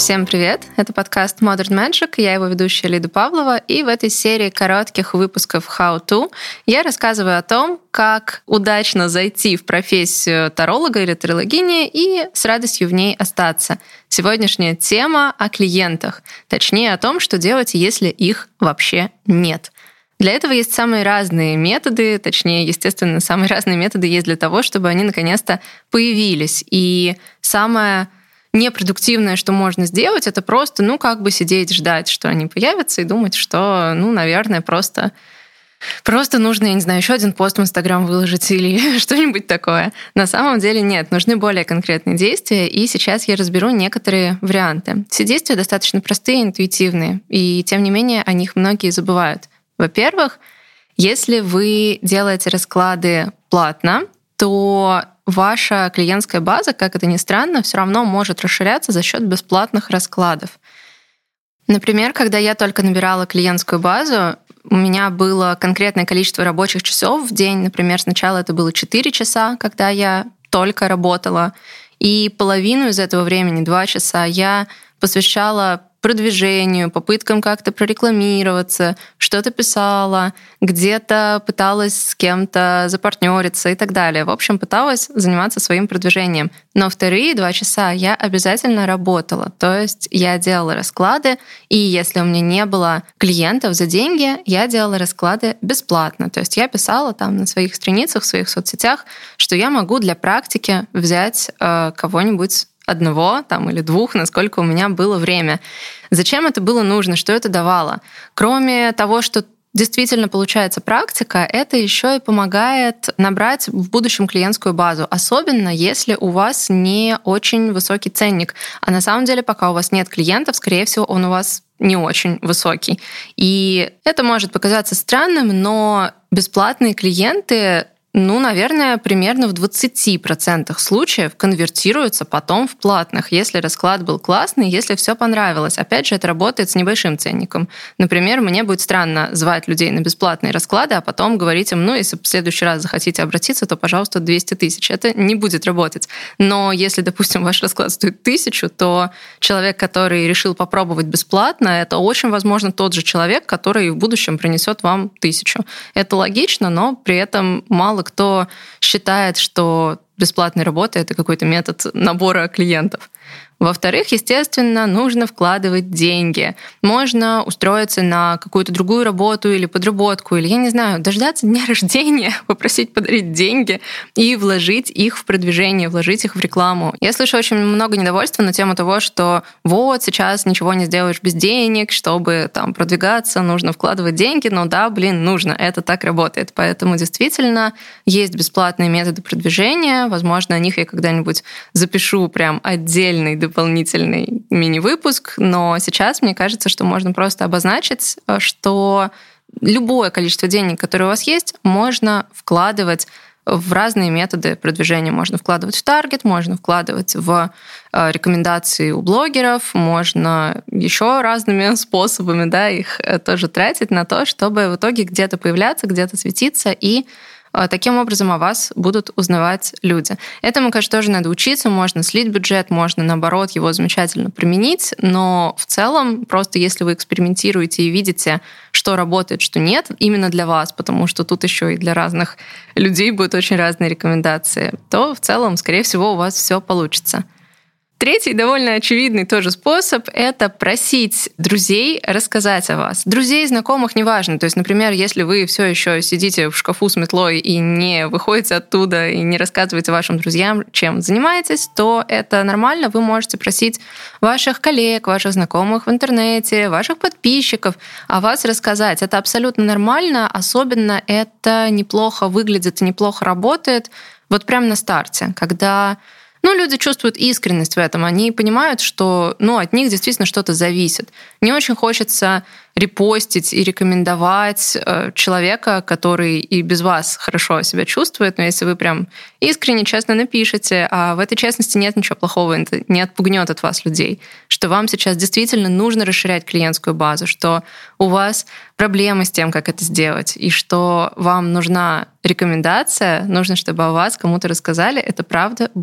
Всем привет! Это подкаст Modern Magic, я его ведущая Лида Павлова, и в этой серии коротких выпусков How To я рассказываю о том, как удачно зайти в профессию таролога или тарологини и с радостью в ней остаться. Сегодняшняя тема о клиентах, точнее о том, что делать, если их вообще нет. Для этого есть самые разные методы, точнее, естественно, самые разные методы есть для того, чтобы они наконец-то появились. И самое непродуктивное, что можно сделать, это просто, сидеть, ждать, что они появятся, и думать, что, наверное, просто нужно, я не знаю, еще один пост в Инстаграм выложить или что-нибудь такое. На самом деле нет, нужны более конкретные действия, и сейчас я разберу некоторые варианты. Все действия достаточно простые, интуитивные, и тем не менее о них многие забывают. Во-первых, если вы делаете расклады платно, то ваша клиентская база, как это ни странно, все равно может расширяться за счет бесплатных раскладов. Например, когда я только набирала клиентскую базу, у меня было конкретное количество рабочих часов в день. Например, сначала это было 4 часа, когда я только работала, и половину из этого времени, 2 часа, я посвящала продвижению, попыткам как-то прорекламироваться, что-то писала, где-то пыталась с кем-то запартнериться и так далее. В общем, пыталась заниматься своим продвижением. Но вторые 2 часа я обязательно работала. То есть я делала расклады, и если у меня не было клиентов за деньги, я делала расклады бесплатно. То есть я писала там на своих страницах, в своих соцсетях, что я могу для практики взять кого-нибудь одного или 2, насколько у меня было время. Зачем это было нужно? Что это давало? Кроме того, что действительно получается практика, это еще и помогает набрать в будущем клиентскую базу, особенно если у вас не очень высокий ценник. А на самом деле, пока у вас нет клиентов, скорее всего, он у вас не очень высокий. И это может показаться странным, но бесплатные клиенты, наверное, примерно в 20% случаев конвертируются потом в платных, если расклад был классный, если все понравилось. Опять же, это работает с небольшим ценником. Например, мне будет странно звать людей на бесплатные расклады, а потом говорить им, если в следующий раз захотите обратиться, то, пожалуйста, 200 тысяч. Это не будет работать. Но если, допустим, ваш расклад стоит 1000, то человек, который решил попробовать бесплатно, это очень возможно тот же человек, который в будущем принесет вам 1000. Это логично, но при этом мало кто считает, что бесплатная работа — это какой-то метод набора клиентов. Во-вторых, естественно, нужно вкладывать деньги. Можно устроиться на какую-то другую работу или подработку, или, я не знаю, дождаться дня рождения, попросить подарить деньги и вложить их в продвижение, вложить их в рекламу. Я слышу очень много недовольства на тему того, что сейчас ничего не сделаешь без денег, чтобы продвигаться, нужно вкладывать деньги. Нужно, это так работает. Поэтому действительно есть бесплатные методы продвижения. Возможно, о них я когда-нибудь запишу прям отдельный дополнительный мини-выпуск, но сейчас мне кажется, что можно просто обозначить, что любое количество денег, которое у вас есть, можно вкладывать в разные методы продвижения. Можно вкладывать в таргет, можно вкладывать в рекомендации у блогеров, можно еще разными способами их тоже тратить на то, чтобы в итоге где-то появляться, где-то светиться, и таким образом о вас будут узнавать люди. Этому, конечно, тоже надо учиться. Можно слить бюджет, можно, наоборот, его замечательно применить, но в целом просто если вы экспериментируете и видите, что работает, что нет, именно для вас, потому что тут еще и для разных людей будут очень разные рекомендации, то в целом, скорее всего, у вас все получится. Третий, довольно очевидный тоже способ — это просить друзей рассказать о вас. Друзей, знакомых, неважно. То есть, например, если вы все еще сидите в шкафу с метлой и не выходите оттуда, и не рассказываете вашим друзьям, чем занимаетесь, то это нормально. Вы можете просить ваших коллег, ваших знакомых в интернете, ваших подписчиков о вас рассказать. Это абсолютно нормально. Особенно это неплохо выглядит и неплохо работает вот прямо на старте, когда люди чувствуют искренность в этом, они понимают, что от них действительно что-то зависит. Не очень хочется репостить и рекомендовать человека, который и без вас хорошо себя чувствует, но если вы прям искренне, честно напишете, а в этой честности нет ничего плохого, это не отпугнет от вас людей, что вам сейчас действительно нужно расширять клиентскую базу, что у вас проблемы с тем, как это сделать, и что вам нужна рекомендация, нужно, чтобы о вас кому-то рассказали, это правда будет работать.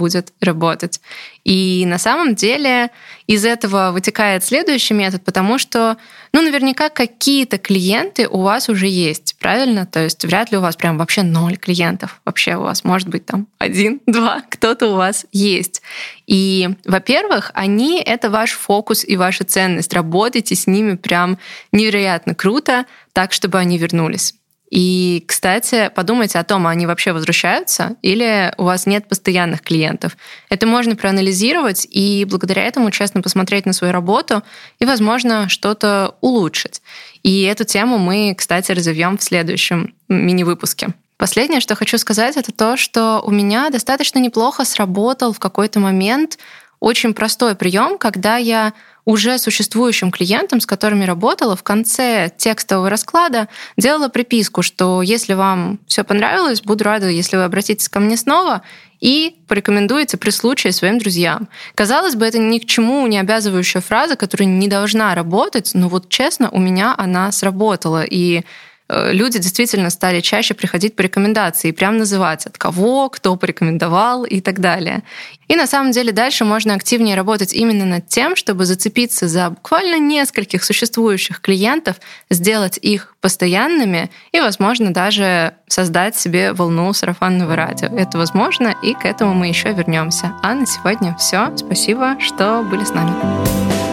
работать. И на самом деле из этого вытекает следующий метод, потому что, наверняка какие-то клиенты у вас уже есть, правильно? То есть вряд ли у вас прям вообще 0 клиентов. Вообще у вас может быть там 1-2, кто-то у вас есть. И, во-первых, они — это ваш фокус и ваша ценность. Работайте с ними прям невероятно круто, так, чтобы они вернулись. И, кстати, подумайте о том, они вообще возвращаются или у вас нет постоянных клиентов. Это можно проанализировать и благодаря этому честно посмотреть на свою работу и, возможно, что-то улучшить. И эту тему мы, кстати, разовьем в следующем мини-выпуске. Последнее, что хочу сказать, это то, что у меня достаточно неплохо сработал в какой-то момент очень простой прием, когда я уже существующим клиентам, с которыми работала, в конце текстового расклада делала приписку, что если вам все понравилось, буду рада, если вы обратитесь ко мне снова и порекомендуете при случае своим друзьям. Казалось бы, это ни к чему не обязывающая фраза, которая не должна работать, но вот честно, у меня она сработала. И люди действительно стали чаще приходить по рекомендации и прям называть, от кого, кто порекомендовал и так далее. И на самом деле дальше можно активнее работать именно над тем, чтобы зацепиться за буквально нескольких существующих клиентов, сделать их постоянными и, возможно, даже создать себе волну сарафанного радио. Это возможно, и к этому мы еще вернемся. А на сегодня все. Спасибо, что были с нами.